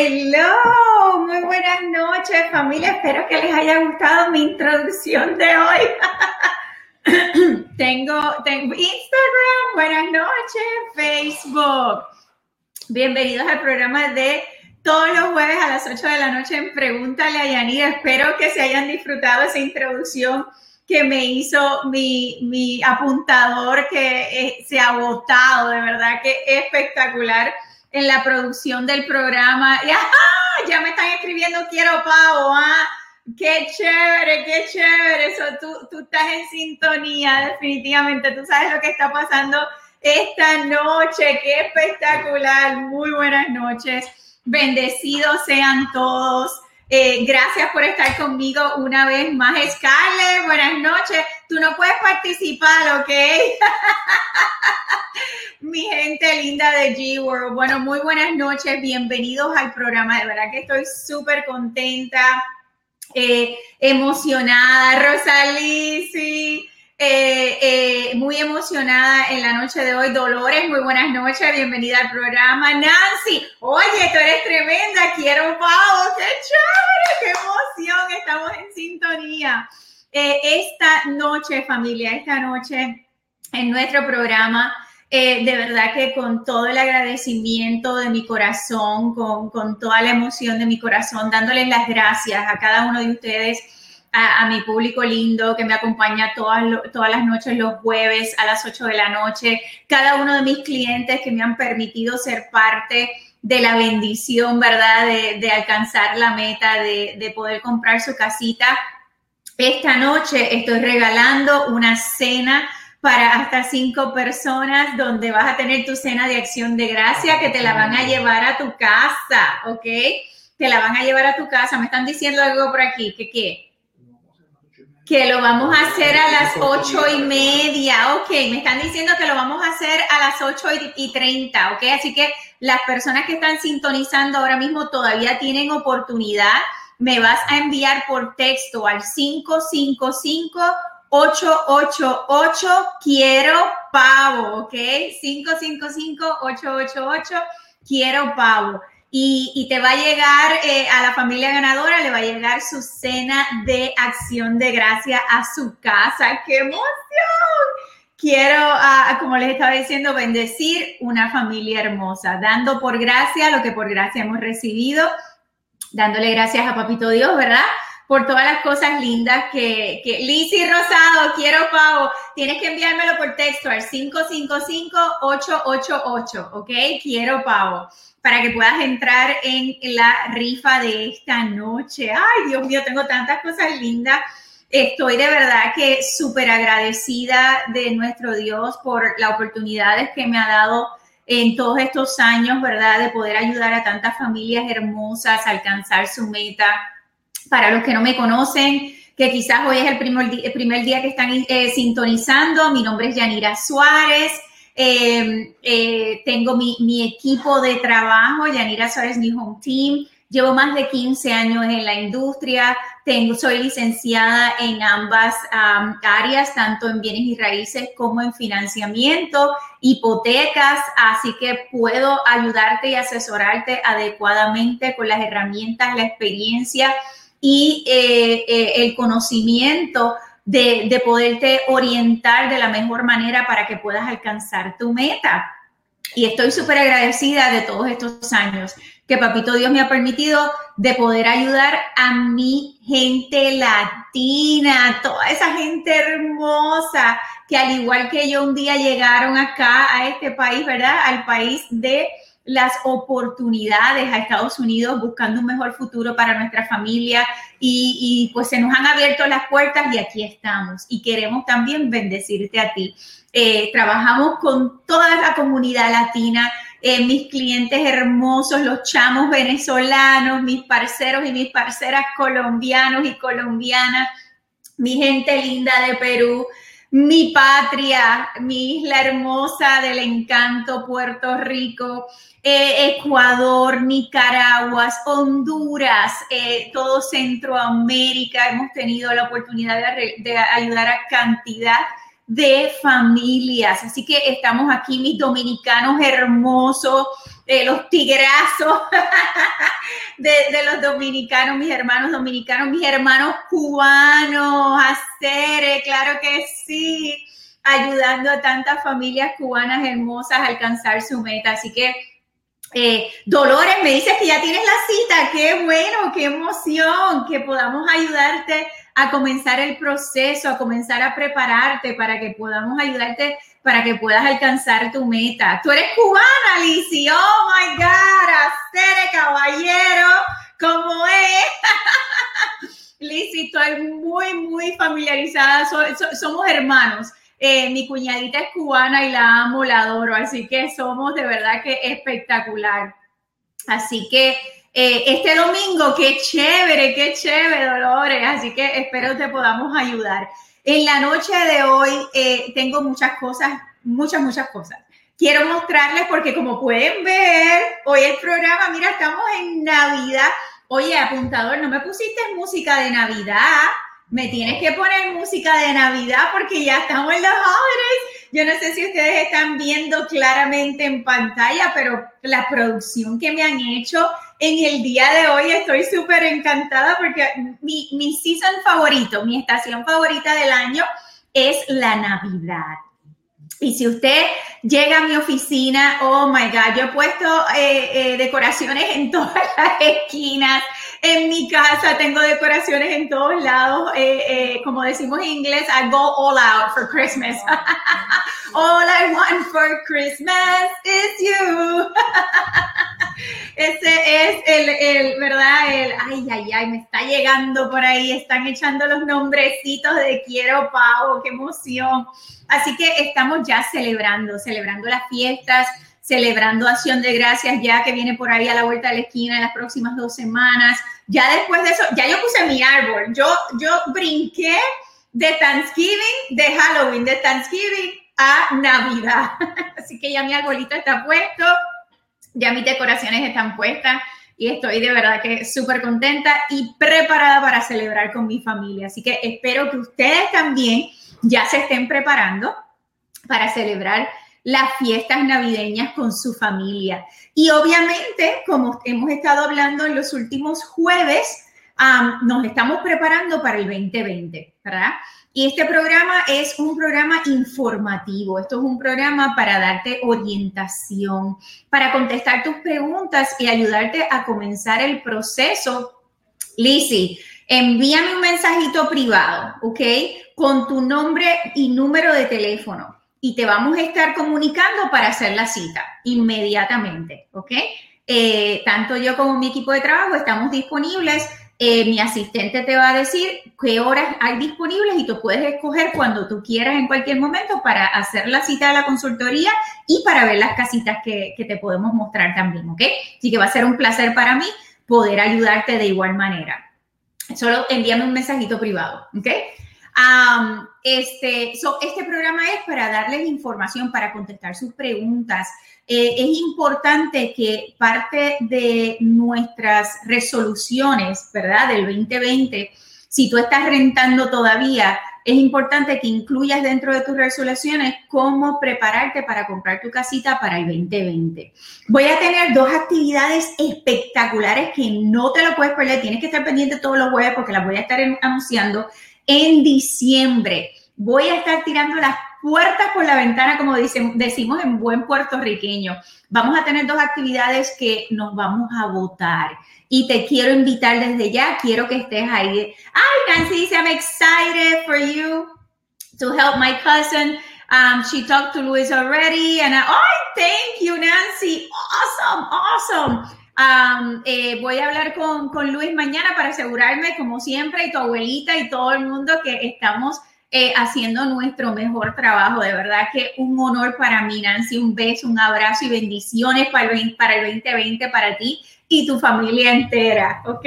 Hello, muy buenas noches familia, espero que les haya gustado mi introducción de hoy. Tengo Instagram, buenas noches, Facebook. Bienvenidos al programa de todos los jueves a las 8 de la noche en Pregúntale a Yanira. Espero que se hayan disfrutado esa introducción que me hizo mi apuntador, que se ha agotado, de verdad que espectacular en la producción del programa. Y, ya me están escribiendo quiero pavo, qué chévere, qué chévere. Eso, tú estás en sintonía, definitivamente. Tú sabes lo que está pasando esta noche, qué espectacular. Muy buenas noches, bendecidos sean todos. Gracias por estar conmigo una vez más. Scarlett, buenas noches. Tú no puedes participar, ¿ok? Mi gente linda de G-World. Bueno, muy buenas noches. Bienvenidos al programa. De verdad que estoy súper contenta, emocionada. Rosalí, sí. Muy emocionada en la noche de hoy. Dolores, muy buenas noches, bienvenida al programa. Nancy, oye, tú eres tremenda, quiero un pavo, qué chévere, qué emoción, estamos en sintonía. Esta noche, familia, esta noche en nuestro programa, de verdad que con todo el agradecimiento de mi corazón, con toda la emoción de mi corazón, dándoles las gracias a cada uno de ustedes, a mi público lindo que me acompaña todas las noches, los jueves a las 8 de la noche, cada uno de mis clientes que me han permitido ser parte de la bendición, ¿verdad? De alcanzar la meta, de poder comprar su casita. Esta noche estoy regalando una cena para hasta 5 personas, donde vas a tener tu cena de acción de gracia, que te la van a llevar a tu casa, ¿ok? Te la van a llevar a tu casa. Me están diciendo algo por aquí, ¿qué? Que lo vamos a hacer a las 8:30, ok, me están diciendo que lo vamos a hacer a las 8:30, ok, así que las personas que están sintonizando ahora mismo todavía tienen oportunidad. Me vas a enviar por texto al 555-888 quiero pavo, ok, 555-888 quiero pavo. Y te va a llegar, a la familia ganadora, le va a llegar su cena de acción de gracia a su casa. ¡Qué emoción! Quiero, como les estaba diciendo, bendecir una familia hermosa, dando por gracia lo que por gracia hemos recibido, dándole gracias a Papito Dios, ¿verdad? Por todas las cosas lindas que Lizzy Rosado, quiero pavo. Tienes que enviármelo por texto al 555-888, ¿ok? Quiero pavo, para que puedas entrar en la rifa de esta noche. Ay, Dios mío, tengo tantas cosas lindas. Estoy de verdad que súper agradecida de nuestro Dios por las oportunidades que me ha dado en todos estos años, ¿verdad? De poder ayudar a tantas familias hermosas a alcanzar su meta. Para los que no me conocen, que quizás hoy es el primer día que están sintonizando, mi nombre es Yanira Suárez. Tengo mi equipo de trabajo, Yanira Suárez New Home Team. Llevo más de 15 años en la industria. Soy licenciada en ambas áreas, tanto en bienes y raíces como en financiamiento, hipotecas. Así que puedo ayudarte y asesorarte adecuadamente con las herramientas, la experiencia y el conocimiento de poderte orientar de la mejor manera para que puedas alcanzar tu meta. Y estoy súper agradecida de todos estos años que Papito Dios me ha permitido de poder ayudar a mi gente latina, toda esa gente hermosa que al igual que yo un día llegaron acá a este país, ¿verdad? Al país de las oportunidades, a Estados Unidos, buscando un mejor futuro para nuestra familia y pues se nos han abierto las puertas y aquí estamos y queremos también bendecirte a ti. Trabajamos con toda la comunidad latina, mis clientes hermosos, los chamos venezolanos, mis parceros y mis parceras colombianos y colombianas, mi gente linda de Perú, mi patria, mi isla hermosa del encanto, Puerto Rico, Ecuador, Nicaragua, Honduras, todo Centroamérica. Hemos tenido la oportunidad de ayudar a cantidad de familias. Así que estamos aquí, mis dominicanos hermosos, los tigrazos de los dominicanos, mis hermanos dominicanos, mis hermanos cubanos, Acere, claro que sí, ayudando a tantas familias cubanas hermosas a alcanzar su meta. Así que Dolores, me dices que ya tienes la cita. Qué bueno, qué emoción que podamos ayudarte a comenzar el proceso, a comenzar a prepararte para que podamos ayudarte para que puedas alcanzar tu meta. Tú eres cubana, Lizzy. Oh my God, Acere, caballero, ¿cómo es? Lizzy, estoy muy familiarizada. Somos hermanos. Mi cuñadita es cubana y la amo, la adoro, así que somos de verdad que espectacular. Así que este domingo, qué chévere, Dolores, así que espero te podamos ayudar. En la noche de hoy tengo muchas cosas. Quiero mostrarles porque como pueden ver, hoy el programa, mira, estamos en Navidad. Oye, apuntador, ¿no me pusiste música de Navidad? Me tienes que poner música de Navidad porque ya estamos en los holidays. Yo no sé si ustedes están viendo claramente en pantalla, pero la producción que me han hecho en el día de hoy, estoy súper encantada porque mi season favorito, mi estación favorita del año es la Navidad. Y si usted llega a mi oficina, oh my God, yo he puesto decoraciones en todas las esquinas. En mi casa tengo decoraciones en todos lados. Como decimos en inglés, I go all out for Christmas. All I want for Christmas is you. Ese es el ¿verdad? Ay, me está llegando por ahí. Están echando los nombrecitos de quiero pavo, qué emoción. Así que estamos ya celebrando las fiestas, celebrando Acción de Gracias ya que viene por ahí a la vuelta de la esquina en las próximas 2 semanas. Ya después de eso, ya yo puse mi árbol. Yo brinqué de Thanksgiving, de Halloween, de Thanksgiving a Navidad. Así que ya mi arbolito está puesto, ya mis decoraciones están puestas y estoy de verdad que súper contenta y preparada para celebrar con mi familia. Así que espero que ustedes también ya se estén preparando para celebrar las fiestas navideñas con su familia. Y obviamente, como hemos estado hablando en los últimos jueves, nos estamos preparando para el 2020, ¿verdad? Y este programa es un programa informativo. Esto es un programa para darte orientación, para contestar tus preguntas y ayudarte a comenzar el proceso. Lizzy, envíame un mensajito privado, ¿ok? Con tu nombre y número de teléfono y te vamos a estar comunicando para hacer la cita inmediatamente, ¿ok? Tanto yo como mi equipo de trabajo estamos disponibles. Mi asistente te va a decir qué horas hay disponibles y tú puedes escoger cuando tú quieras en cualquier momento para hacer la cita de la consultoría y para ver las casitas que te podemos mostrar también, ¿ok? Así que va a ser un placer para mí poder ayudarte de igual manera. Solo envíame un mensajito privado, ¿ok? Este programa es para darles información, para contestar sus preguntas. Es importante que parte de nuestras resoluciones, ¿verdad? Del 2020, si tú estás rentando todavía, es importante que incluyas dentro de tus resoluciones cómo prepararte para comprar tu casita para el 2020. Voy a tener 2 actividades espectaculares que no te lo puedes perder. Tienes que estar pendiente todos los jueves porque las voy a estar anunciando en diciembre. Voy a estar tirando las puertas por la ventana, como decimos en buen puertorriqueño. Vamos a tener 2 actividades que nos vamos a votar. Y te quiero invitar desde ya, quiero que estés ahí. Ay, Nancy dice, I'm excited for you to help my cousin. She talked to Luis already. And thank you, Nancy. Awesome. Voy a hablar con Luis mañana para asegurarme, como siempre, y tu abuelita y todo el mundo que estamos haciendo nuestro mejor trabajo. De verdad que un honor para mí, Nancy. Un beso, un abrazo y bendiciones para el 2020 para ti y tu familia entera, ¿ok?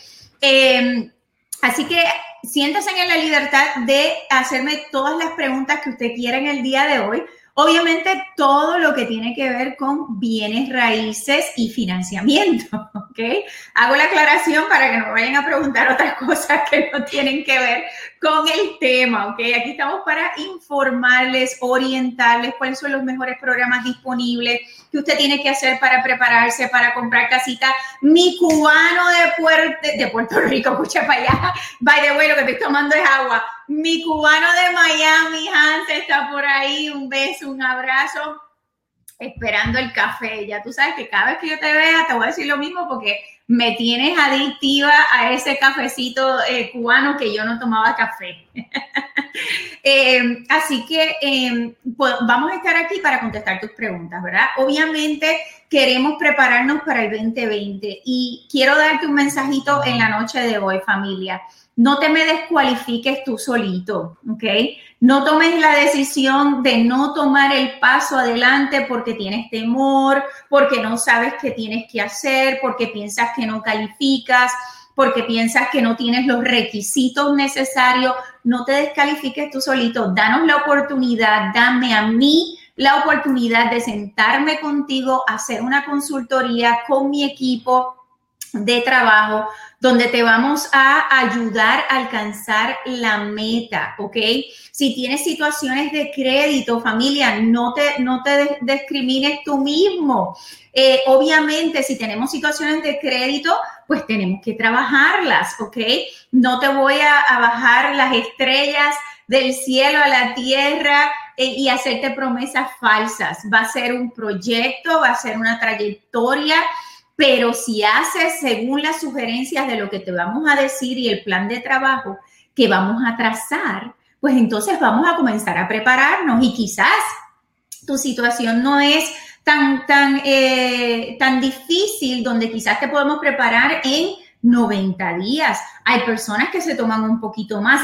Así que siéntase en la libertad de hacerme todas las preguntas que usted quiera en el día de hoy. Obviamente, todo lo que tiene que ver con bienes raíces y financiamiento, ¿ok? Hago la aclaración para que no vayan a preguntar otras cosas que no tienen que ver con el tema, ¿ok? Aquí estamos para informarles, orientarles cuáles son los mejores programas disponibles que usted tiene que hacer para prepararse, para comprar casita. Mi cubano de Puerto Rico, escucha para allá. By the way, lo que estoy tomando es agua. Mi cubano de Miami, Hans, está por ahí. Un beso, un abrazo. Esperando el café. Ya tú sabes que cada vez que yo te vea te voy a decir lo mismo porque me tienes adictiva a ese cafecito cubano que yo no tomaba café. Así que pues vamos a estar aquí para contestar tus preguntas, ¿verdad? Obviamente queremos prepararnos para el 2020 y quiero darte un mensajito en la noche de hoy, familia. No te me descualifiques tú solito, ¿ok? No tomes la decisión de no tomar el paso adelante porque tienes temor, porque no sabes qué tienes que hacer, porque piensas que no calificas, porque piensas que no tienes los requisitos necesarios. No te descalifiques tú solito. Danos la oportunidad, dame a mí la oportunidad de sentarme contigo, hacer una consultoría con mi equipo de trabajo, donde te vamos a ayudar a alcanzar la meta, ¿ok? Si tienes situaciones de crédito, familia, no te discrimines tú mismo. Obviamente, si tenemos situaciones de crédito, pues tenemos que trabajarlas, ¿ok? No te voy a bajar las estrellas del cielo a la tierra y hacerte promesas falsas. Va a ser un proyecto, va a ser una trayectoria, pero si haces según las sugerencias de lo que te vamos a decir y el plan de trabajo que vamos a trazar, pues entonces vamos a comenzar a prepararnos y quizás tu situación no es tan difícil, donde quizás te podemos preparar en 90 días. Hay personas que se toman un poquito más.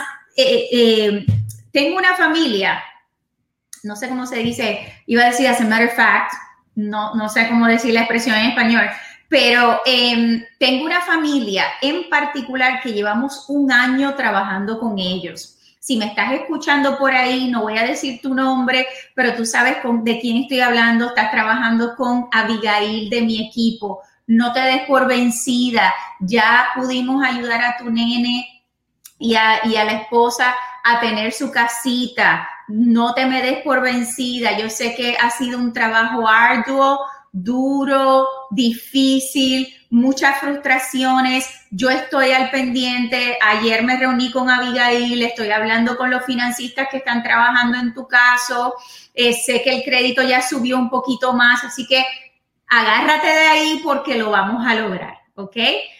Tengo una familia, no sé cómo se dice, iba a decir as a matter of fact, no sé cómo decir la expresión en español, pero tengo una familia en particular que llevamos un año trabajando con ellos. Si me estás escuchando por ahí, no voy a decir tu nombre, pero tú sabes de quién estoy hablando. Estás trabajando con Abigail de mi equipo. No te des por vencida. Ya pudimos ayudar a tu nene y a la esposa a tener su casita. No te me des por vencida. Yo sé que ha sido un trabajo arduo, duro, difícil, muchas frustraciones. Yo estoy al pendiente. Ayer me reuní con Abigail, estoy hablando con los financistas que están trabajando en tu caso. Sé que el crédito ya subió un poquito más, así que agárrate de ahí porque lo vamos a lograr, ¿ok?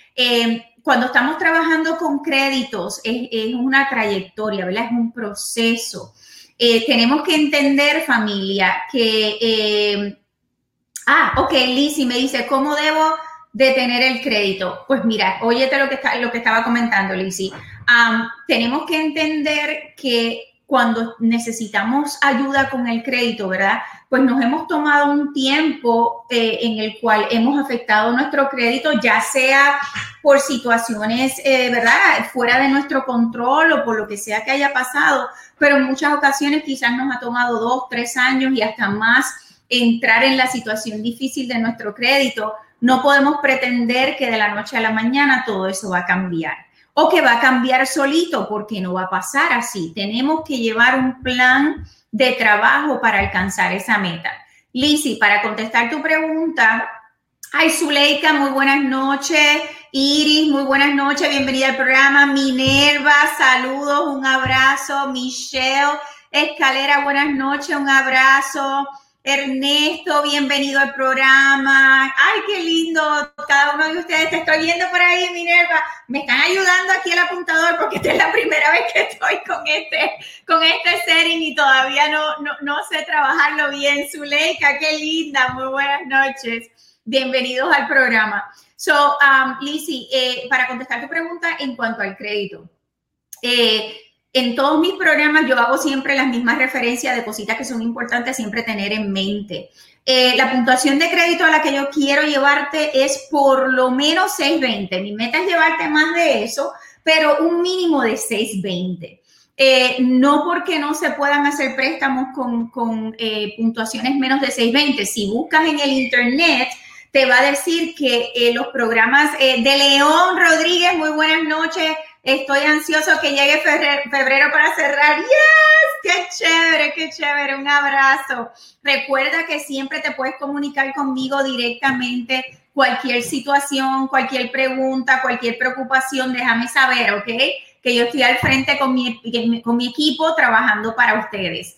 Cuando estamos trabajando con créditos es una trayectoria, ¿verdad? Es un proceso. Tenemos que entender, familia, que... ok, Lizzy me dice, ¿cómo debo de tener el crédito? Pues mira, óyete lo que estaba comentando, Lizzy. Tenemos que entender que cuando necesitamos ayuda con el crédito, ¿verdad? Pues nos hemos tomado un tiempo en el cual hemos afectado nuestro crédito, ya sea por situaciones, ¿verdad?, fuera de nuestro control o por lo que sea que haya pasado, pero en muchas ocasiones quizás nos ha tomado 2, 3 años y hasta más entrar en la situación difícil de nuestro crédito. No podemos pretender que de la noche a la mañana todo eso va a cambiar o que va a cambiar solito, porque no va a pasar así. Tenemos que llevar un plan de trabajo para alcanzar esa meta. Lizzy, para contestar tu pregunta, ay, Zuleika, muy buenas noches. Iris, muy buenas noches, bienvenida al programa. Minerva, saludos, un abrazo. Michelle Escalera, buenas noches, un abrazo. Ernesto, bienvenido al programa. Ay, qué lindo, cada uno de ustedes. Te estoy viendo por ahí, Minerva. Me están ayudando aquí el apuntador porque esta es la primera vez que estoy con este setting y todavía no sé trabajarlo bien. Zuleika, qué linda, muy buenas noches. Bienvenidos al programa. So, Lizzy, para contestar tu pregunta en cuanto al crédito, en todos mis programas yo hago siempre las mismas referencias de cositas que son importantes siempre tener en mente. La puntuación de crédito a la que yo quiero llevarte es por lo menos 620. Mi meta es llevarte más de eso, pero un mínimo de 620. No porque no se puedan hacer préstamos con puntuaciones menos de 620. Si buscas en el internet, te va a decir que los programas de León Rodríguez, muy buenas noches. Estoy ansioso que llegue febrero para cerrar. ¡Yes! ¡Qué chévere! Un abrazo. Recuerda que siempre te puedes comunicar conmigo directamente. Cualquier situación, cualquier pregunta, cualquier preocupación, déjame saber, ¿ok? Que yo estoy al frente con mi equipo trabajando para ustedes.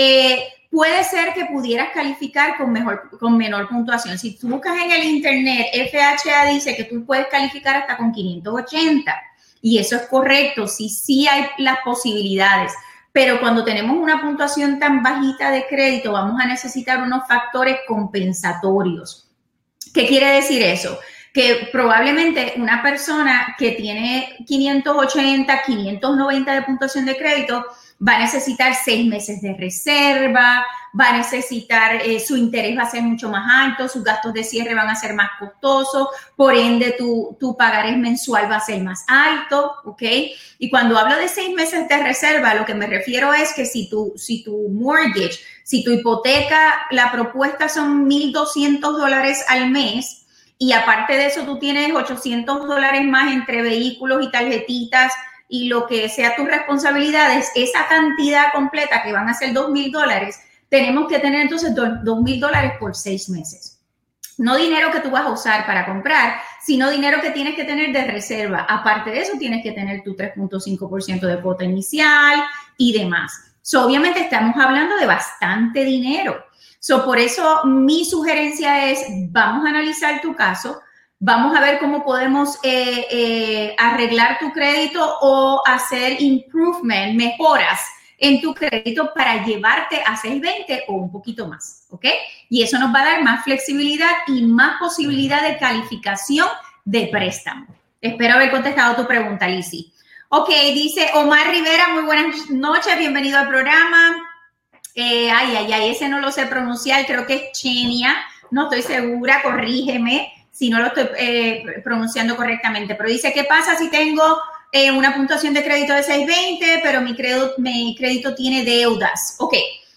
Puede ser que pudieras calificar con menor puntuación. Si tú buscas en el internet, FHA dice que tú puedes calificar hasta con 580 y eso es correcto, sí hay las posibilidades, pero cuando tenemos una puntuación tan bajita de crédito vamos a necesitar unos factores compensatorios. ¿Qué quiere decir eso? Que probablemente una persona que tiene 580, 590 de puntuación de crédito va a necesitar 6 meses de reserva, va a necesitar, su interés va a ser mucho más alto, sus gastos de cierre van a ser más costosos, por ende tu pagarés mensual va a ser más alto, ¿ok? Y cuando hablo de 6 meses de reserva, lo que me refiero es que si tu mortgage, si tu hipoteca, la propuesta son $1,200 al mes y aparte de eso tú tienes $800 más entre vehículos y tarjetitas y lo que sea tus responsabilidades, esa cantidad completa que van a ser $2,000, tenemos que tener entonces $2,000 por 6 meses. No dinero que tú vas a usar para comprar, sino dinero que tienes que tener de reserva. Aparte de eso, tienes que tener tu 3.5% de cuota inicial y demás. Obviamente estamos hablando de bastante dinero. Por eso mi sugerencia es, vamos a analizar tu caso, vamos a ver cómo podemos arreglar tu crédito o hacer mejoras en tu crédito para llevarte a 620 o un poquito más, ¿ok? Y eso nos va a dar más flexibilidad y más posibilidad de calificación de préstamo. Espero haber contestado tu pregunta, Lizzy. Ok, dice Omar Rivera, muy buenas noches, bienvenido al programa. Ese no lo sé pronunciar, creo que es Chenia, no estoy segura, corrígeme si no lo estoy pronunciando correctamente, pero dice, ¿qué pasa si tengo una puntuación de crédito de 620, pero mi crédito tiene deudas? Ok,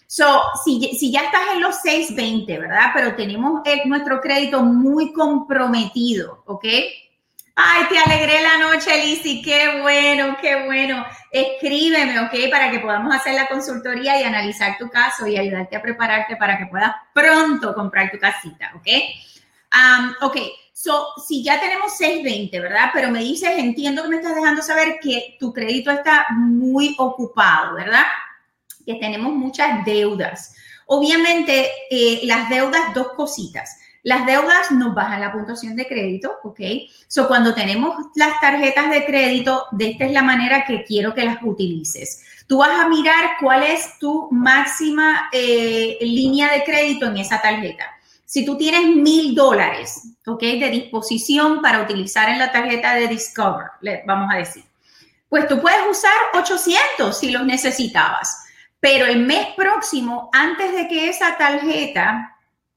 si ya estás en los 620, ¿verdad? Pero tenemos nuestro crédito muy comprometido, ¿ok? Ay, te alegré la noche, Lizzy, qué bueno. Escríbeme, ¿ok? Para que podamos hacer la consultoría y analizar tu caso y ayudarte a prepararte para que puedas pronto comprar tu casita, ¿ok? Ok, si ya tenemos 620, ¿verdad? Pero me dices, entiendo que me estás dejando saber que tu crédito está muy ocupado, ¿verdad? Que tenemos muchas deudas. Obviamente, las deudas, dos cositas. Las deudas nos bajan la puntuación de crédito, ¿ok? Cuando tenemos las tarjetas de crédito, de esta es la manera que quiero que las utilices. Tú vas a mirar cuál es tu máxima línea de crédito en esa tarjeta. Si tú tienes $1,000, ¿ok? De disposición para utilizar en la tarjeta de Discover, vamos a decir, pues tú puedes usar 800 si los necesitabas. Pero el mes próximo, antes de que esa tarjeta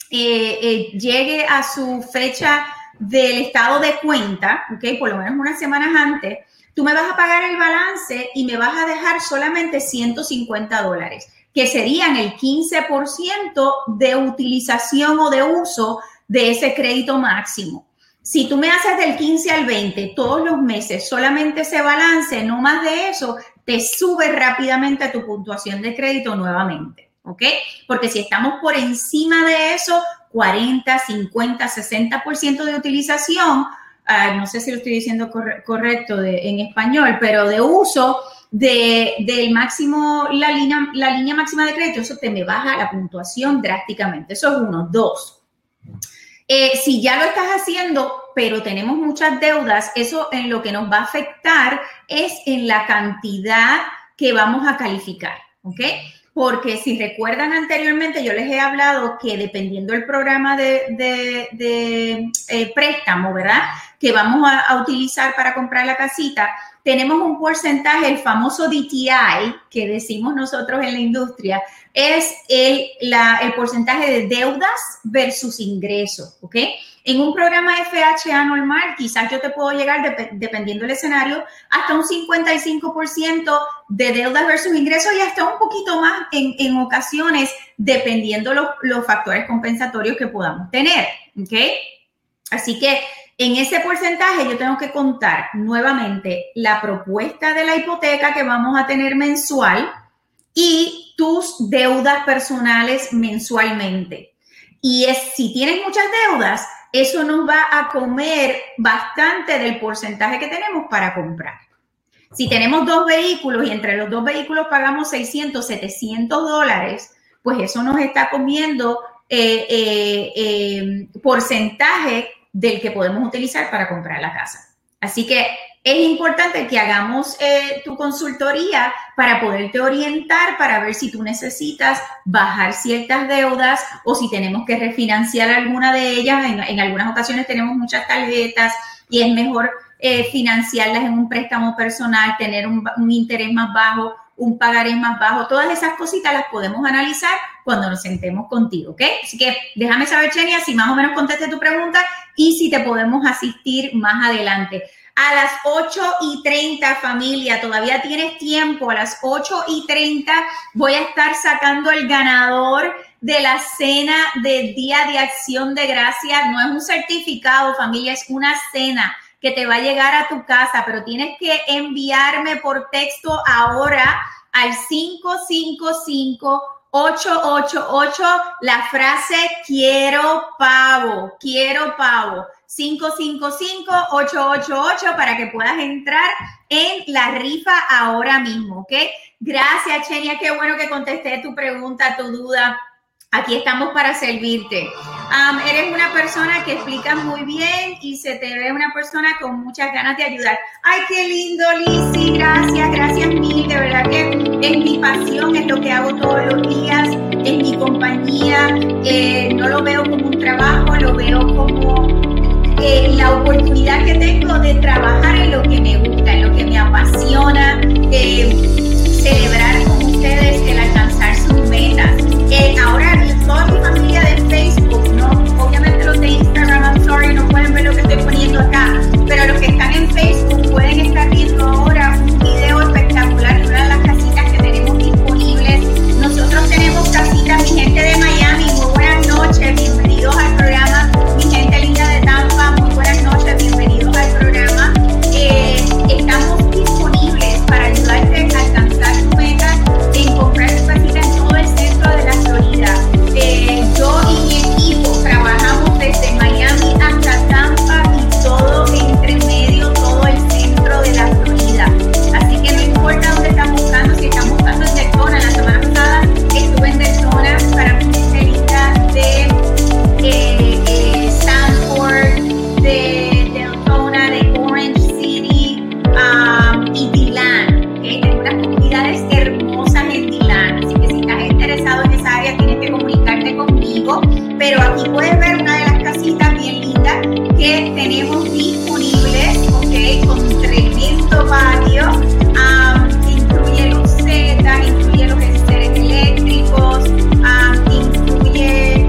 llegue a su fecha del estado de cuenta, ¿ok? Por lo menos unas semanas antes, tú me vas a pagar el balance y me vas a dejar solamente $150, que serían el 15% de utilización o de uso de ese crédito máximo. Si tú me haces del 15 al 20 todos los meses, solamente ese balance, no más de eso, te sube rápidamente tu puntuación de crédito nuevamente, ¿ok? Porque si estamos por encima de eso, 40, 50, 60% de utilización, no sé si lo estoy diciendo correcto en español, pero de uso del máximo, la línea máxima de crédito, eso te me baja la puntuación drásticamente. Eso es uno. Dos, si ya lo estás haciendo, pero tenemos muchas deudas, eso en lo que nos va a afectar es en la cantidad que vamos a calificar, ¿ok? Porque si recuerdan anteriormente, yo les he hablado que dependiendo del programa de préstamo, ¿verdad? Que vamos a utilizar para comprar la casita, tenemos un porcentaje, el famoso DTI, que decimos nosotros en la industria, es el porcentaje de deudas versus ingresos, ¿ok? En un programa FHA normal, quizás yo te puedo llegar, dependiendo del escenario, hasta un 55% de deudas versus ingresos y hasta un poquito más en ocasiones, dependiendo los factores compensatorios que podamos tener, ¿ok? Así que En ese porcentaje yo tengo que contar nuevamente la propuesta de la hipoteca que vamos a tener mensual y tus deudas personales mensualmente. Y si tienes muchas deudas, eso nos va a comer bastante del porcentaje que tenemos para comprar. Si tenemos 2 vehículos y entre los 2 vehículos pagamos $600, $700, pues eso nos está comiendo porcentaje del que podemos utilizar para comprar la casa. Así que es importante que hagamos tu consultoría para poderte orientar, para ver si tú necesitas bajar ciertas deudas o si tenemos que refinanciar alguna de ellas. En algunas ocasiones tenemos muchas tarjetas y es mejor financiarlas en un préstamo personal, tener un interés más bajo, un pagaré más bajo. Todas esas cositas las podemos analizar cuando nos sentemos contigo, ¿ok? Así que déjame saber, Chenia, si más o menos contesté tu pregunta y si te podemos asistir más adelante. A las 8:30, familia, todavía tienes tiempo. A las 8:30 voy a estar sacando el ganador de la cena del Día de Acción de Gracias. No es un certificado, familia, es una cena que te va a llegar a tu casa, pero tienes que enviarme por texto ahora al 555-888 la frase quiero pavo, 555-888 para que puedas entrar en la rifa ahora mismo, ¿ok? Gracias, Chenia, qué bueno que contesté tu pregunta, tu duda. Aquí estamos para servirte. Eres una persona que explica muy bien y se te ve una persona con muchas ganas de ayudar. ¡Ay, qué lindo, Lizzy! Gracias mil. De verdad que es mi pasión, es lo que hago todos los días, es mi compañía. No lo veo como un trabajo, lo veo como la oportunidad que tengo de trabajar en lo que me gusta, en lo que me apasiona, celebrar con ustedes el alcanzar sus metas. Ahora toda mi familia de Facebook, no, obviamente los de Instagram, I'm sorry, no pueden ver lo que estoy poniendo acá, pero los que están en Facebook pueden estar viendo ahora un video espectacular de una de las casitas que tenemos disponibles. Nosotros tenemos casitas, mi gente de Miami, muy buenas noches, bienvenidos al programa. Mi gente linda de Tampa, muy buenas noches, bienvenidos al programa. Estamos disponibles para ayudarte a alcanzar tu meta en comprar tu casita en todo el centro de la Florida. Yo y mi equipo trabajamos desde Miami hasta Tampa y todo entre medio, todo el centro de la Florida. Así que no importa dónde están buscando, si están buscando en Daytona. La semana pasada estuve en Daytona para mi gente linda de Sanford, de Daytona, de Orange City y DeLand. ¿Okay? Tengo unas comunidades hermosas en DeLand. Así que si estás interesado en esa área, tienes que comunicarte conmigo. Pero aquí puedes ver una de las casitas bien lindas que tenemos disponibles, ¿ok? Con un tremendo patio. Incluye lucetas, incluye los enseres eléctricos, incluye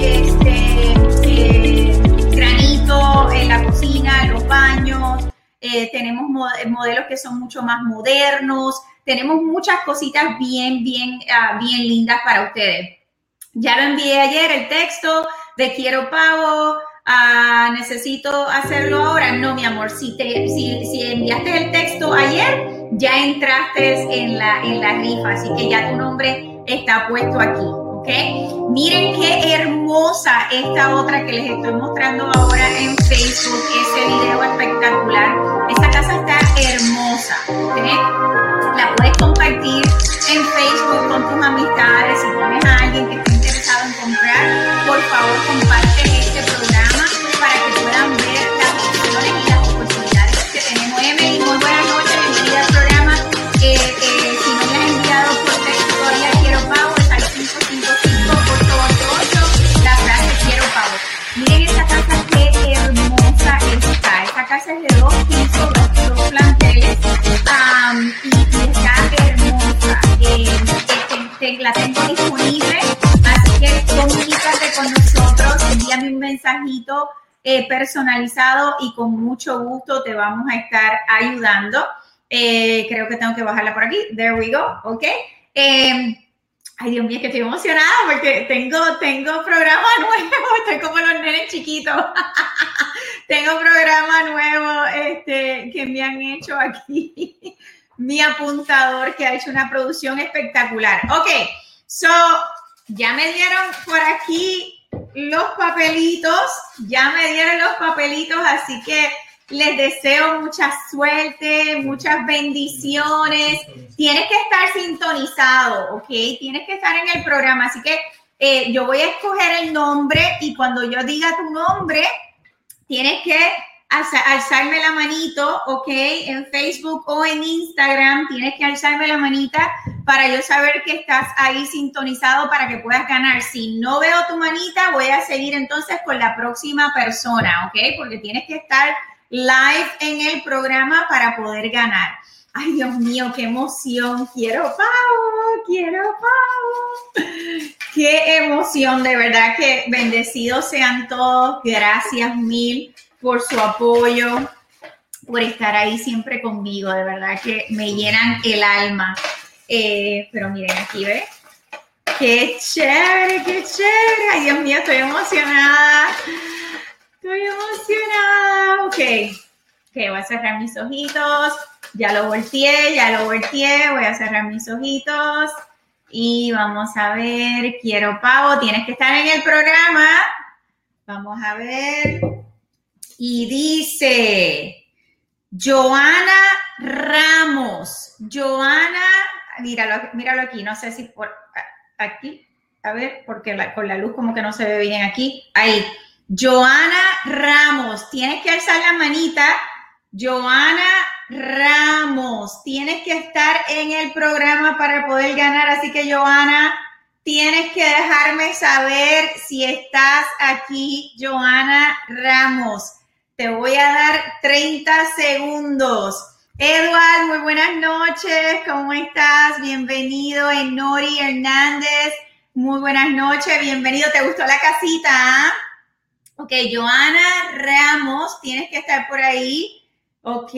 granito en la cocina, en los baños. Tenemos modelos que son mucho más modernos. Tenemos muchas cositas bien lindas para ustedes. Ya lo envié ayer, el texto de quiero pavo. ¿Necesito hacerlo ahora? No, mi amor. Si enviaste el texto ayer, ya entraste en la rifa. Así que ya tu nombre está puesto aquí, ¿ok? Miren qué hermosa esta otra que les estoy mostrando ahora en Facebook. Ese video espectacular. Esta casa está hermosa, ¿ok? La puedes compartir en Facebook con tus amistades. Si tienes a alguien que esté interesado en comprar, por favor comparte este programa para que puedan ver las opciones y las oportunidades que tenemos. Emily, muy buenas noches, bienvenida al programa. Si no me has enviado por texto todavía quiero pavo, es al 555-888 la frase quiero pavo. Miren esta casa, qué hermosa está. Esta casa es de 2 pisos, 2 planteles y está hermosa. La tengo disponible, así que comunícate con nosotros, envíame un mensajito personalizado y con mucho gusto te vamos a estar ayudando. Creo que tengo que bajarla por aquí. There we go, ok. Ay, Dios mío, que estoy emocionada porque tengo programa nuevo, estoy como los nenes chiquitos. Tengo programa nuevo que me han hecho aquí. Mi apuntador que ha hecho una producción espectacular. Ok, so, ya me dieron por aquí los papelitos, así que les deseo mucha suerte, muchas bendiciones. Tienes que estar sintonizado, ¿ok? Tienes que estar en el programa, así que yo voy a escoger el nombre y cuando yo diga tu nombre, tienes que alzarme la manito, ¿ok? En Facebook o en Instagram tienes que alzarme la manita para yo saber que estás ahí sintonizado para que puedas ganar. Si no veo tu manita, voy a seguir entonces con la próxima persona, ¿ok? Porque tienes que estar live en el programa para poder ganar. Ay, Dios mío, qué emoción. Quiero pavo. Qué emoción, de verdad que bendecidos sean todos. Gracias mil por su apoyo, por estar ahí siempre conmigo. De verdad que me llenan el alma. Pero miren, aquí ve. Qué chévere, qué chévere. Ay, Dios mío, estoy emocionada. Ok, voy a cerrar mis ojitos. Ya lo volteé. Voy a cerrar mis ojitos. Y vamos a ver, quiero pavo. Tienes que estar en el programa. Vamos a ver. Y dice, Joana Ramos. Joana, míralo aquí. No sé si por aquí. A ver, porque con la luz como que no se ve bien aquí. Ahí. Joana Ramos, tienes que alzar la manita. Joana Ramos, tienes que estar en el programa para poder ganar. Así que, Joana, tienes que dejarme saber si estás aquí. Joana Ramos, te voy a dar 30 segundos. Edward, muy buenas noches. ¿Cómo estás? Bienvenido. Enori Hernández, muy buenas noches. Bienvenido. ¿Te gustó la casita? Ok, Joana Ramos, tienes que estar por ahí. Ok,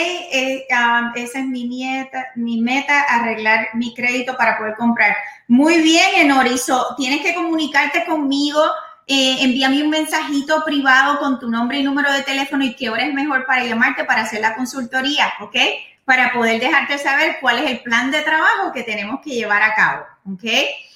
esa es mi meta, arreglar mi crédito para poder comprar. Muy bien, Enorizo, tienes que comunicarte conmigo. Envíame un mensajito privado con tu nombre y número de teléfono y qué hora es mejor para llamarte para hacer la consultoría, ¿ok? Para poder dejarte saber cuál es el plan de trabajo que tenemos que llevar a cabo, ¿ok?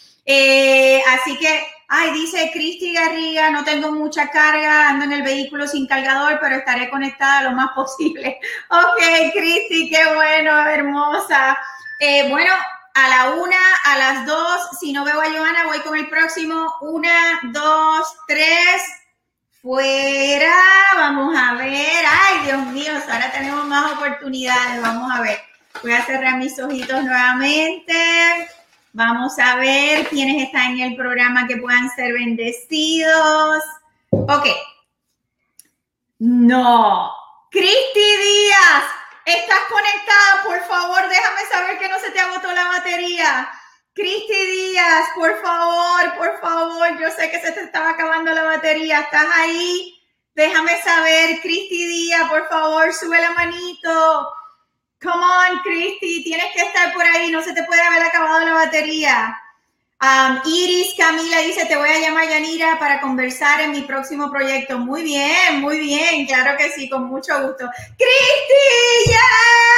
Así que, dice Cristi Garriga, no tengo mucha carga, ando en el vehículo sin cargador, pero estaré conectada lo más posible. Ok, Cristi, qué bueno, hermosa. Bueno, a la 1, a las 2, si no veo a Joana, voy con el próximo. 1, 2, 3, fuera. Vamos a ver. Ay, Dios mío, ahora tenemos más oportunidades. Vamos a ver. Voy a cerrar mis ojitos nuevamente. Vamos a ver quiénes están en el programa que puedan ser bendecidos. Ok. No. Cristi Díaz, ¿estás conectada? Por favor, déjame saber que no se te agotó la batería. Cristi Díaz, por favor. Yo sé que se te estaba acabando la batería. ¿Estás ahí? Déjame saber, Cristi Díaz, por favor, sube la manito. Come on, Cristi, tienes que estar por ahí, no se te puede haber acabado la batería. Iris Camila dice, te voy a llamar, Yanira, para conversar en mi próximo proyecto. Muy bien, claro que sí, con mucho gusto. ¡Cristi! ¡Yeah!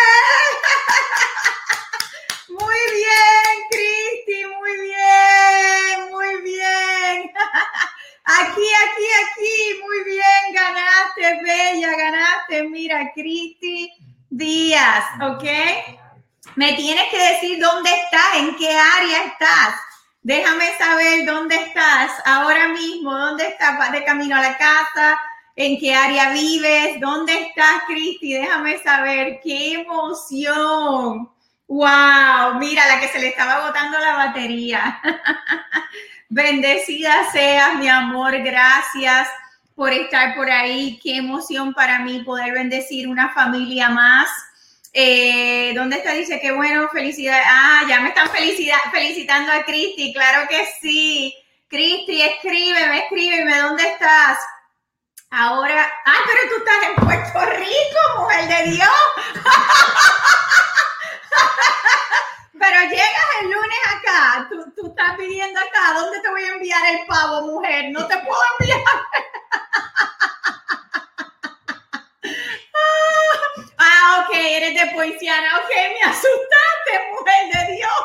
Muy bien, Cristi, muy bien. Aquí, muy bien, ganaste, bella, ganaste. Mira, Cristi Díaz, ¿ok? Me tienes que decir dónde estás, en qué área estás. Déjame saber dónde estás ahora mismo, dónde estás, vas de camino a la casa, en qué área vives, dónde estás, Cristi, déjame saber. ¡Qué emoción! ¡Wow! Mira, la que se le estaba agotando la batería. Bendecida seas, mi amor, gracias por estar por ahí. Qué emoción para mí poder bendecir una familia más. ¿Dónde está? Dice que bueno, felicidades. Ya me están felicitando a Cristi, claro que sí. Cristi, escríbeme, ¿dónde estás? Ahora, pero tú estás en Puerto Rico, mujer de Dios. Pero llegas el lunes acá, tú estás pidiendo acá, ¿a dónde te voy a enviar el pavo, mujer? No te puedo enviar. Ok, eres de Poinciana. Ok, me asustaste, mujer de Dios.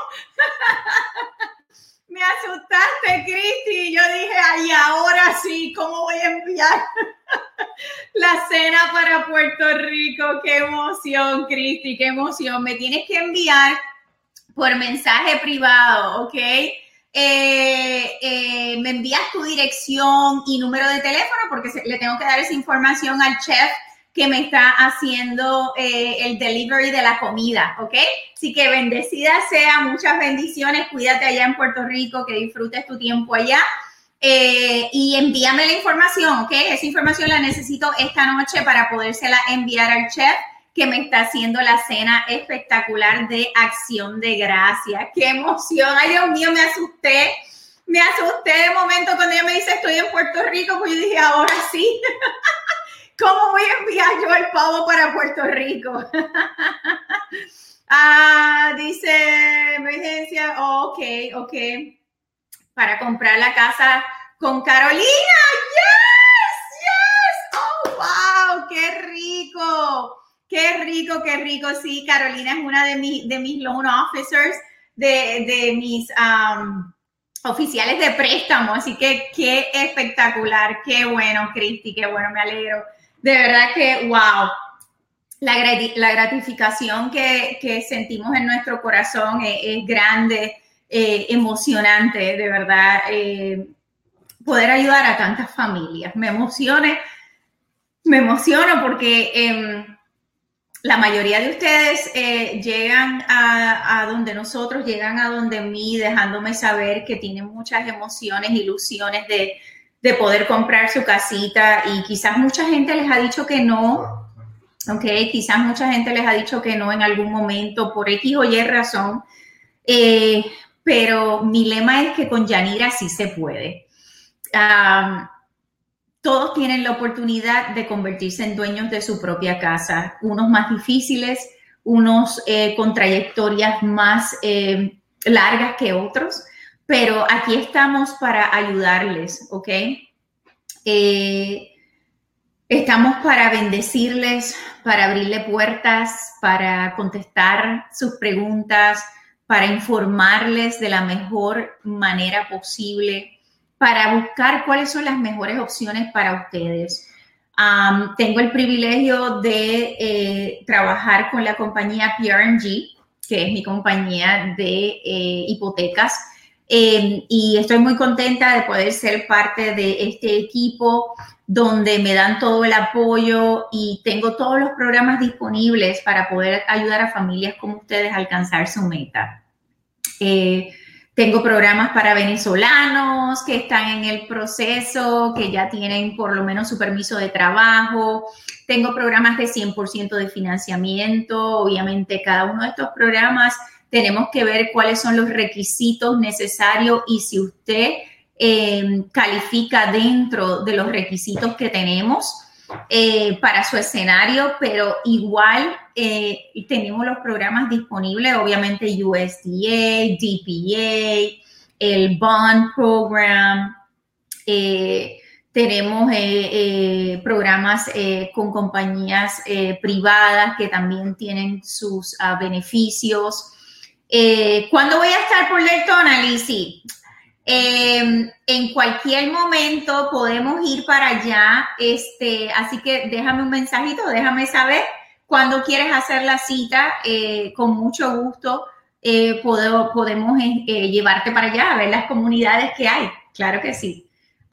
Me asustaste, Cristi. Yo dije, ay, ahora sí, ¿cómo voy a enviar la cena para Puerto Rico? Qué emoción, Cristi, qué emoción. Me tienes que enviar por mensaje privado, ¿ok? Me envías tu dirección y número de teléfono porque le tengo que dar esa información al chef que me está haciendo el delivery de la comida, ¿ok? Así que bendecida sea, muchas bendiciones, cuídate allá en Puerto Rico, que disfrutes tu tiempo allá y envíame la información, ¿ok? Esa información la necesito esta noche para podérsela enviar al chef que me está haciendo la cena espectacular de Acción de Gracias. ¡Qué emoción! ¡Ay, Dios mío, me asusté! Me asusté de momento cuando ella me dice estoy en Puerto Rico, pues yo dije, ahora sí. ¿Cómo voy a enviar yo el pavo para Puerto Rico? Dice, emergencia, ok. Para comprar la casa con Carolina. ¡Yes! ¡Oh, wow! ¡Qué rico! ¡Qué rico! Sí, Carolina es una de mis loan officers, de mis oficiales de préstamo. Así que qué espectacular. Qué bueno, Cristi, qué bueno, me alegro. De verdad que, wow, la gratificación que sentimos en nuestro corazón es grande, emocionante, de verdad, poder ayudar a tantas familias. Me emociono porque la mayoría de ustedes llegan a donde nosotros, llegan a donde mí, dejándome saber que tienen muchas emociones, ilusiones de poder comprar su casita y quizás mucha gente les ha dicho que no, ok, quizás mucha gente les ha dicho que no en algún momento por X o Y razón, pero mi lema es que con Yanira sí se puede. Todos tienen la oportunidad de convertirse en dueños de su propia casa, unos más difíciles, unos con trayectorias más largas que otros, pero aquí estamos para ayudarles, ¿ok? Estamos para bendecirles, para abrirle puertas, para contestar sus preguntas, para informarles de la mejor manera posible, para buscar cuáles son las mejores opciones para ustedes. Tengo el privilegio de trabajar con la compañía PRG, que es mi compañía de hipotecas, y estoy muy contenta de poder ser parte de este equipo donde me dan todo el apoyo y tengo todos los programas disponibles para poder ayudar a familias como ustedes a alcanzar su meta. Tengo programas para venezolanos que están en el proceso, que ya tienen por lo menos su permiso de trabajo. Tengo programas de 100% de financiamiento. Obviamente, cada uno de estos programas tenemos que ver cuáles son los requisitos necesarios y si usted califica dentro de los requisitos que tenemos para su escenario, pero igual tenemos los programas disponibles, obviamente USDA, DPA, el Bond Program, tenemos programas con compañías privadas que también tienen sus beneficios. ¿Cuándo voy a estar por Daytona, Lizzy? En cualquier momento podemos ir para allá, así que déjame un mensajito, déjame saber cuándo quieres hacer la cita, con mucho gusto podemos llevarte para allá a ver las comunidades que hay, claro que sí.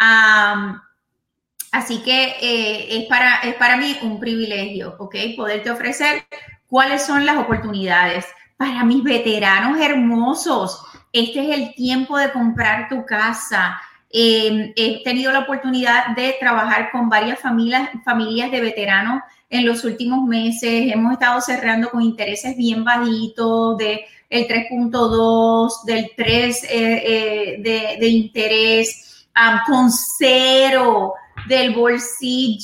Así que es para mí un privilegio, ¿ok? Poderte ofrecer cuáles son las oportunidades para mis veteranos hermosos. Este es el tiempo de comprar tu casa. He tenido la oportunidad de trabajar con varias familias de veteranos en los últimos meses. Hemos estado cerrando con intereses bien bajitos, del 3.2, del 3 de interés, con 0 del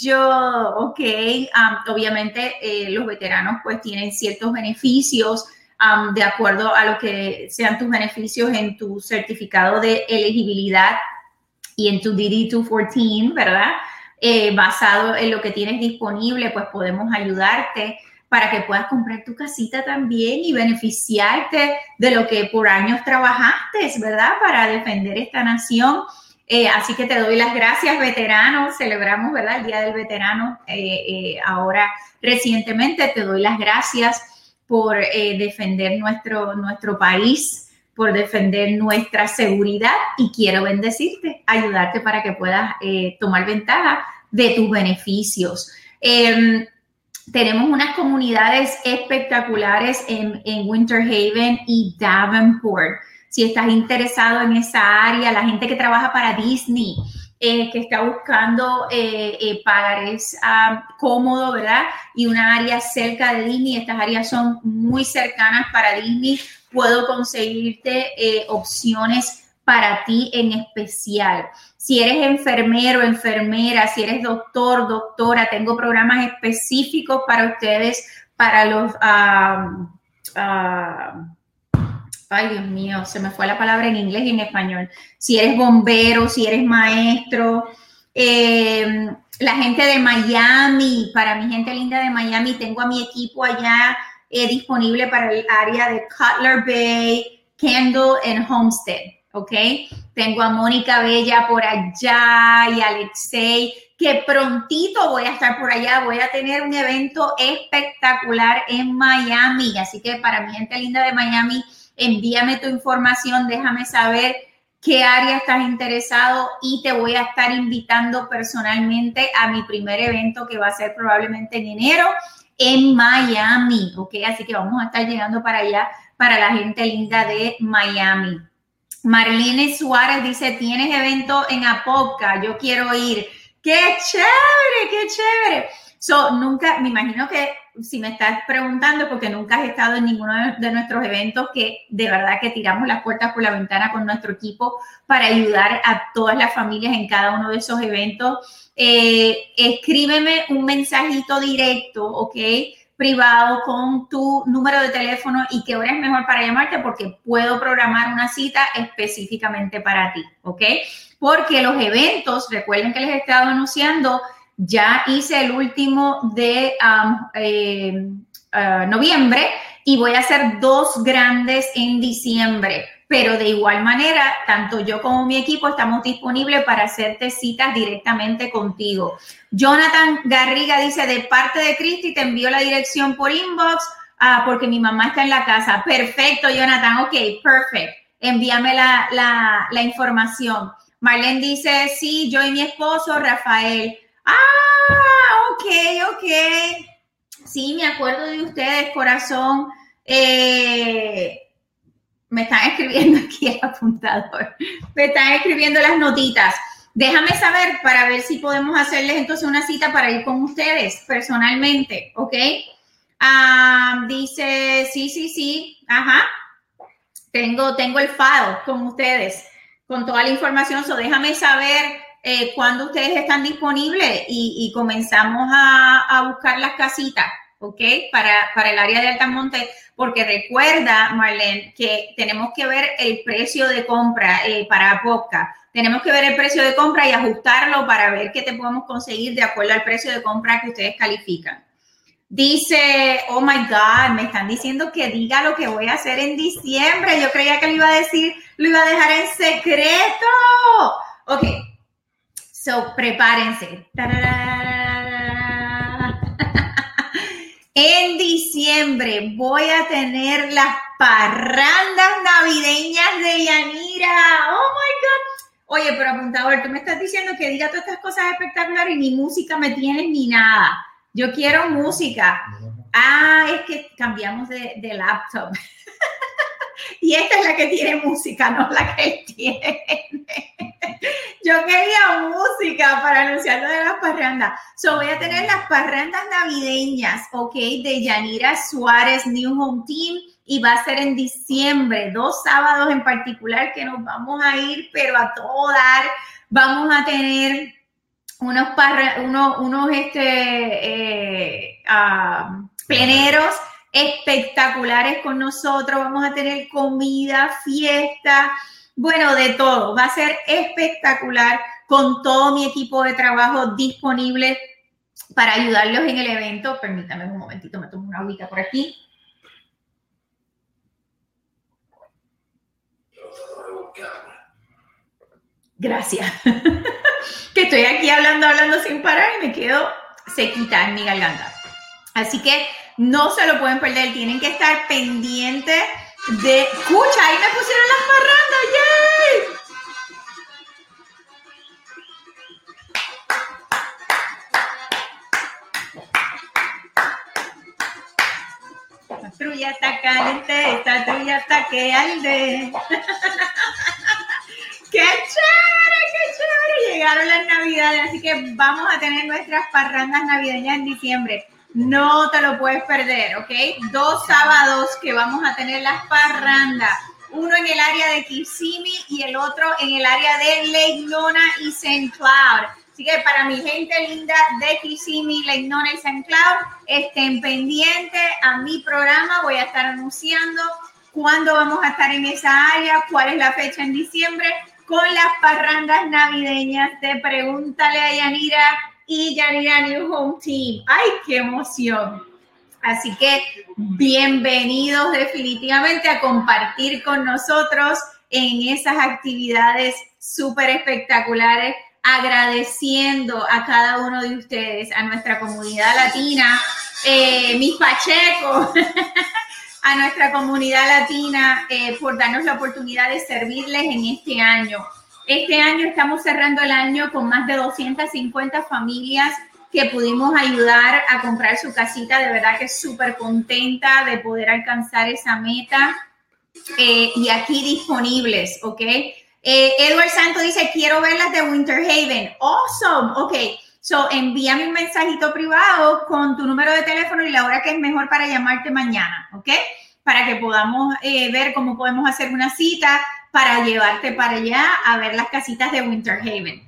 bolsillo, ¿ok? Obviamente los veteranos pues tienen ciertos beneficios de acuerdo a lo que sean tus beneficios en tu certificado de elegibilidad y en tu DD-214, ¿verdad? Basado en lo que tienes disponible, pues podemos ayudarte para que puedas comprar tu casita también y beneficiarte de lo que por años trabajaste, ¿verdad? Para defender esta nación. Así que te doy las gracias, veteranos. Celebramos, ¿verdad?, el Día del Veterano ahora recientemente. Te doy las gracias por defender nuestro país, por defender nuestra seguridad, y quiero bendecirte, ayudarte para que puedas tomar ventaja de tus beneficios. Tenemos unas comunidades espectaculares en Winter Haven y Davenport. Si estás interesado en esa área, la gente que trabaja para Disney, que está buscando pagarés cómodo, ¿verdad? Y una área cerca de Disney. Estas áreas son muy cercanas para Disney. Puedo conseguirte opciones para ti en especial. Si eres enfermero, enfermera, si eres doctor, doctora, tengo programas específicos para ustedes, para los... ay, Dios mío, se me fue la palabra en inglés y en español. Si eres bombero, si eres maestro, la gente de Miami, para mi gente linda de Miami, tengo a mi equipo allá disponible para el área de Cutler Bay, Kendall and Homestead, ¿ok? Tengo a Mónica Bella por allá y Alexei, que prontito voy a estar por allá. Voy a tener un evento espectacular en Miami, así que para mi gente linda de Miami, envíame tu información, déjame saber qué área estás interesado y te voy a estar invitando personalmente a mi primer evento, que va a ser probablemente en enero en Miami, ¿ok? Así que vamos a estar llegando para allá, para la gente linda de Miami. Marlene Suárez dice, ¿tienes evento en Apopka? Yo quiero ir. ¡Qué chévere, qué chévere! Nunca, me imagino que si me estás preguntando porque nunca has estado en ninguno de nuestros eventos, que de verdad que tiramos las puertas por la ventana con nuestro equipo para ayudar a todas las familias en cada uno de esos eventos. Escríbeme un mensajito directo, ¿ok?, privado, con tu número de teléfono y qué hora es mejor para llamarte, porque puedo programar una cita específicamente para ti, ¿ok? Porque los eventos, recuerden que les he estado anunciando, ya hice el último de noviembre y voy a hacer 2 grandes en diciembre. Pero de igual manera, tanto yo como mi equipo estamos disponibles para hacerte citas directamente contigo. Jonathan Garriga dice, de parte de Cristi te envío la dirección por inbox porque mi mamá está en la casa. Perfecto, Jonathan. Ok, perfect. Envíame la información. Marlene dice, sí, yo y mi esposo, Rafael. Ok. Sí, me acuerdo de ustedes, corazón. Me están escribiendo aquí el apuntador. Me están escribiendo las notitas. Déjame saber para ver si podemos hacerles entonces una cita para ir con ustedes personalmente, ¿ok? Dice, sí. Ajá. Tengo el file con ustedes, con toda la información. Déjame saber cuándo ustedes están disponibles y comenzamos a buscar las casitas, ¿ok? Para el área de Altamonte, porque recuerda, Marlene, que tenemos que ver el precio de compra para Apopka. Tenemos que ver el precio de compra y ajustarlo para ver qué te podemos conseguir de acuerdo al precio de compra que ustedes califican. Dice, oh my God, me están diciendo que diga lo que voy a hacer en diciembre. Yo creía que lo iba a decir, lo iba a dejar en secreto. Ok, prepárense. En diciembre voy a tener las parrandas navideñas de Yanira. Oh my God. Oye, pero apuntador, tú me estás diciendo que diga todas estas cosas espectaculares y ni música me tienes ni nada. Yo quiero música. Es que cambiamos de laptop. Y esta es la que tiene música, no la que él tiene. Yo quería música para anunciar lo de las parrandas. Voy a tener las parrandas navideñas, ¿ok? De Yanira Suárez, New Home Team. Y va a ser en diciembre, 2 sábados en particular que nos vamos a ir, pero a todo dar. Vamos a tener unos pleneros espectaculares con nosotros. Vamos a tener comida, fiesta, bueno, de todo. Va a ser espectacular con todo mi equipo de trabajo disponible para ayudarlos en el evento. Permítame un momentito, me tomo una agüita por aquí. Gracias. Que estoy aquí hablando sin parar y me quedo sequita en mi garganta. Así que no se lo pueden perder. Tienen que estar pendientes de... ¡Escucha! Ahí me pusieron las parrandas. ¡Yay! Esta trulla está caliente, esta trulla está que arde. ¡Qué chévere, qué chévere! Llegaron las Navidades, así que vamos a tener nuestras parrandas navideñas en diciembre. No te lo puedes perder, ¿ok? 2 sábados que vamos a tener las parrandas. Uno en el área de Kissimmee y el otro en el área de Lake Nona y St. Cloud. Así que para mi gente linda de Kissimmee, Lake Nona y St. Cloud, estén pendientes a mi programa. Voy a estar anunciando cuándo vamos a estar en esa área, cuál es la fecha en diciembre, con las parrandas navideñas de Pregúntale a Yanira y Yanira New Home Team. ¡Ay, qué emoción! Así que bienvenidos definitivamente a compartir con nosotros en esas actividades súper espectaculares, agradeciendo a cada uno de ustedes, a nuestra comunidad latina, mis pachecos, a nuestra comunidad latina por darnos la oportunidad de servirles en este año. Este año estamos cerrando el año con más de 250 familias que pudimos ayudar a comprar su casita. De verdad que súper contenta de poder alcanzar esa meta y aquí disponibles, ¿ok? Edward Santo dice, quiero ver las de Winter Haven. Awesome, ok. So, envíame un mensajito privado con tu número de teléfono y la hora que es mejor para llamarte mañana, ¿ok? Para que podamos ver cómo podemos hacer una cita para llevarte para allá a ver las casitas de Winter Haven.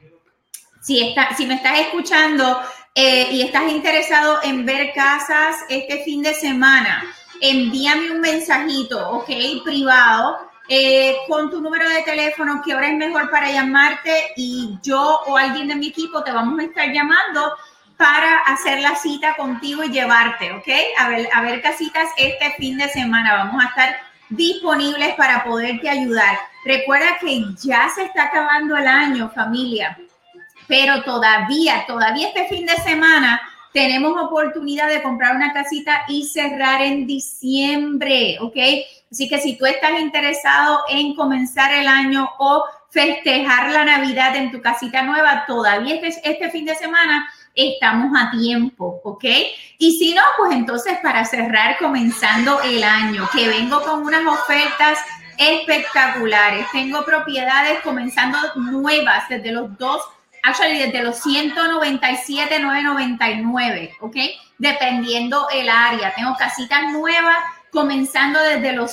Si me estás escuchando y estás interesado en ver casas este fin de semana, envíame un mensajito, ¿ok? Privado, con tu número de teléfono, qué hora es mejor para llamarte y yo o alguien de mi equipo te vamos a estar llamando para hacer la cita contigo y llevarte, ¿ok? A ver casitas este fin de semana. Vamos a estar disponibles para poderte ayudar. Recuerda que ya se está acabando el año, familia, pero todavía este fin de semana tenemos oportunidad de comprar una casita y cerrar en diciembre, ¿ok? Así que si tú estás interesado en comenzar el año o festejar la Navidad en tu casita nueva, todavía este fin de semana estamos a tiempo, ¿ok? Y si no, pues entonces para cerrar comenzando el año, que vengo con unas ofertas espectaculares. Tengo propiedades comenzando nuevas desde los 197,999, ¿ok? Dependiendo el área. Tengo casitas nuevas comenzando desde los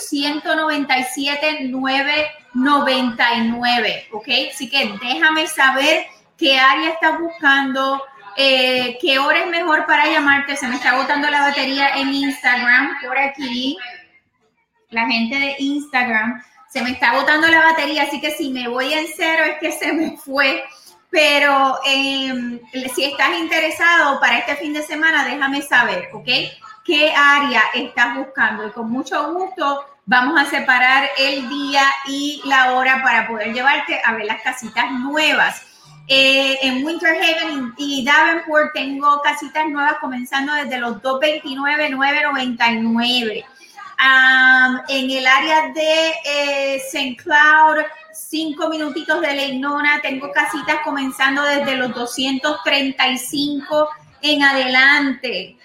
197,999, ¿ok? Así que déjame saber qué área estás buscando, qué hora es mejor para llamarte. Se me está agotando la batería en Instagram por aquí. La gente de Instagram, se me está agotando la batería, así que si me voy en cero es que se me fue. Pero si estás interesado para este fin de semana, déjame saber, ¿ok? ¿Qué área estás buscando? Y con mucho gusto vamos a separar el día y la hora para poder llevarte a ver las casitas nuevas. En Winter Haven y Davenport tengo casitas nuevas comenzando desde los $229,999. En el área de St. Cloud, 5 minutitos de Lake Nona, tengo casitas comenzando desde los 235 en adelante.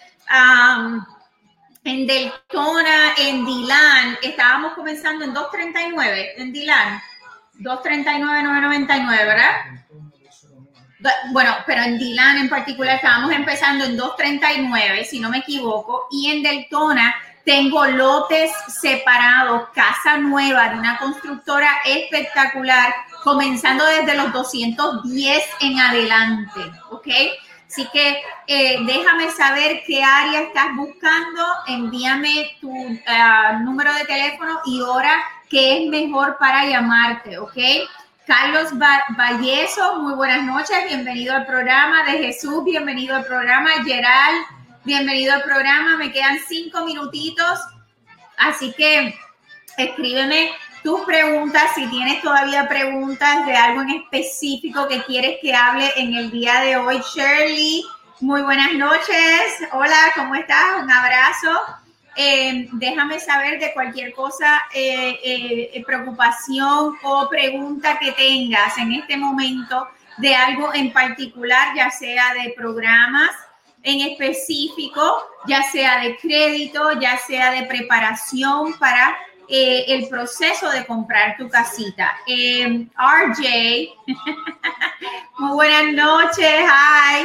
En Deltona, en Dillon, estábamos comenzando en 239, en Dillon, 239,999, ¿verdad? Bueno, pero en Dillon en particular estábamos empezando en 239, si no me equivoco, y en Deltona tengo lotes separados, casa nueva de una constructora espectacular, comenzando desde los 210 en adelante, ¿ok? Así que déjame saber qué área estás buscando, envíame tu número de teléfono y hora que es mejor para llamarte, ¿ok? Carlos Valleso, muy buenas noches, bienvenido al programa. De Jesús, bienvenido al programa. Gerald, bienvenido al programa. Me quedan 5 minutitos, así que escríbeme tus preguntas, si tienes todavía preguntas de algo en específico que quieres que hable en el día de hoy. Shirley, muy buenas noches. Hola, ¿cómo estás? Un abrazo. Déjame saber de cualquier cosa, preocupación o pregunta que tengas en este momento de algo en particular, ya sea de programas en específico, ya sea de crédito, ya sea de preparación para el proceso de comprar tu casita. RJ, muy buenas noches, hi.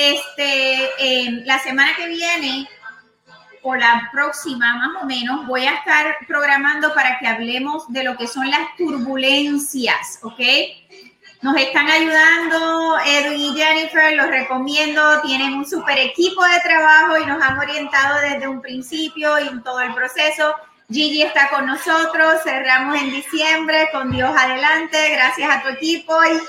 La semana que viene o la próxima más o menos voy a estar programando para que hablemos de lo que son las turbulencias, ¿ok? Nos están ayudando Edwin y Jennifer, los recomiendo, tienen un super equipo de trabajo y nos han orientado desde un principio y en todo el proceso. Gigi está con nosotros, cerramos en diciembre, con Dios adelante, gracias a tu equipo. ¡Yay!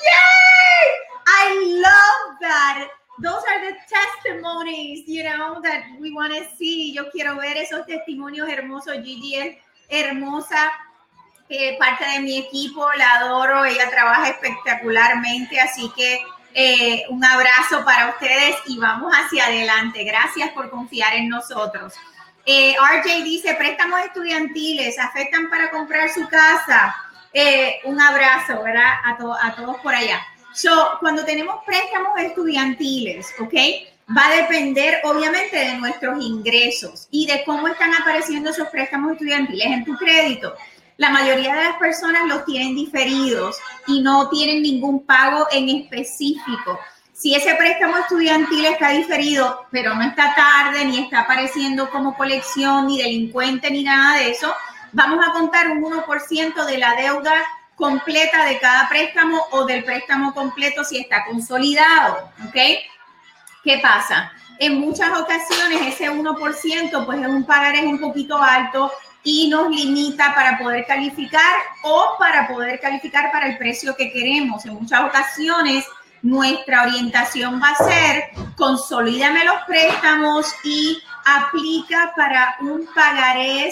I love that. Those are the testimonies, you know, that we want to see. Yo quiero ver esos testimonios hermosos. Gigi es hermosa, parte de mi equipo, la adoro, ella trabaja espectacularmente, así que un abrazo para ustedes y vamos hacia adelante. Gracias por confiar en nosotros. RJ dice, préstamos estudiantiles afectan para comprar su casa. Un abrazo, ¿verdad? A todos por allá. Cuando tenemos préstamos estudiantiles, ¿ok? Va a depender, obviamente, de nuestros ingresos y de cómo están apareciendo esos préstamos estudiantiles en tu crédito. La mayoría de las personas los tienen diferidos y no tienen ningún pago en específico. Si ese préstamo estudiantil está diferido, pero no está tarde, ni está apareciendo como colección, ni delincuente, ni nada de eso, vamos a contar un 1% de la deuda completa de cada préstamo o del préstamo completo si está consolidado, ¿ok? ¿Qué pasa? En muchas ocasiones ese 1% pues es un pagaré un poquito alto y nos limita para poder calificar o para poder calificar para el precio que queremos. En muchas ocasiones nuestra orientación va a ser consolídame los préstamos y aplica para un pagarés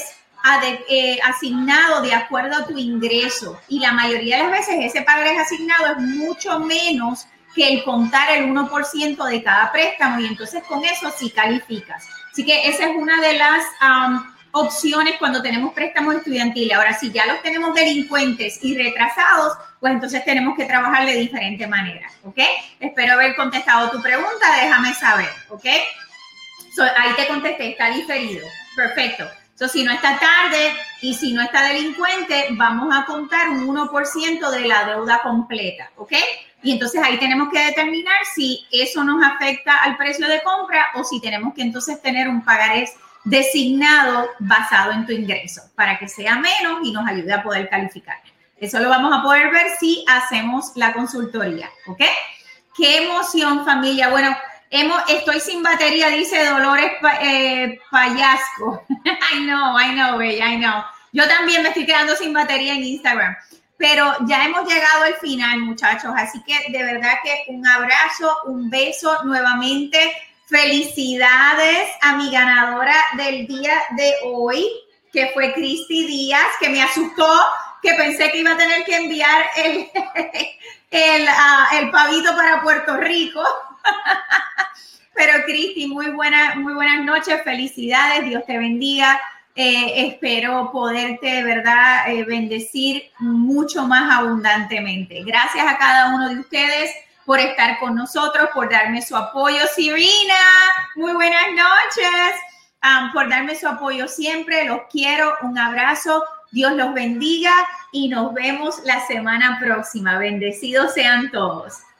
asignado de acuerdo a tu ingreso. Y la mayoría de las veces ese pagarés asignado es mucho menos que el contar el 1% de cada préstamo y entonces con eso sí calificas. Así que esa es una de las opciones cuando tenemos préstamos estudiantiles. Ahora, si ya los tenemos delincuentes y retrasados, pues entonces tenemos que trabajar de diferente manera, ¿ok? Espero haber contestado tu pregunta, déjame saber, ¿ok? Ahí te contesté, está diferido. Perfecto. Si no está tarde y si no está delincuente, vamos a contar un 1% de la deuda completa, ¿ok? Y entonces ahí tenemos que determinar si eso nos afecta al precio de compra o si tenemos que entonces tener un pagarés designado basado en tu ingreso para que sea menos y nos ayude a poder calificar. Eso lo vamos a poder ver si hacemos la consultoría, ¿ok? ¡Qué emoción, familia! Bueno, estoy sin batería, dice Dolores Payasco. I know, bella, I know. Yo también me estoy quedando sin batería en Instagram. Pero ya hemos llegado al final, muchachos. Así que de verdad que un abrazo, un beso nuevamente. Felicidades a mi ganadora del día de hoy, que fue Cristi Díaz, que me asustó, que pensé que iba a tener que enviar el pavito para Puerto Rico. Pero Cristi, muy buenas noches, felicidades, Dios te bendiga. Espero poderte, de verdad, bendecir mucho más abundantemente. Gracias a cada uno de ustedes por estar con nosotros, por darme su apoyo. Sirina, muy buenas noches, por darme su apoyo siempre. Los quiero, un abrazo, Dios los bendiga y nos vemos la semana próxima. Bendecidos sean todos.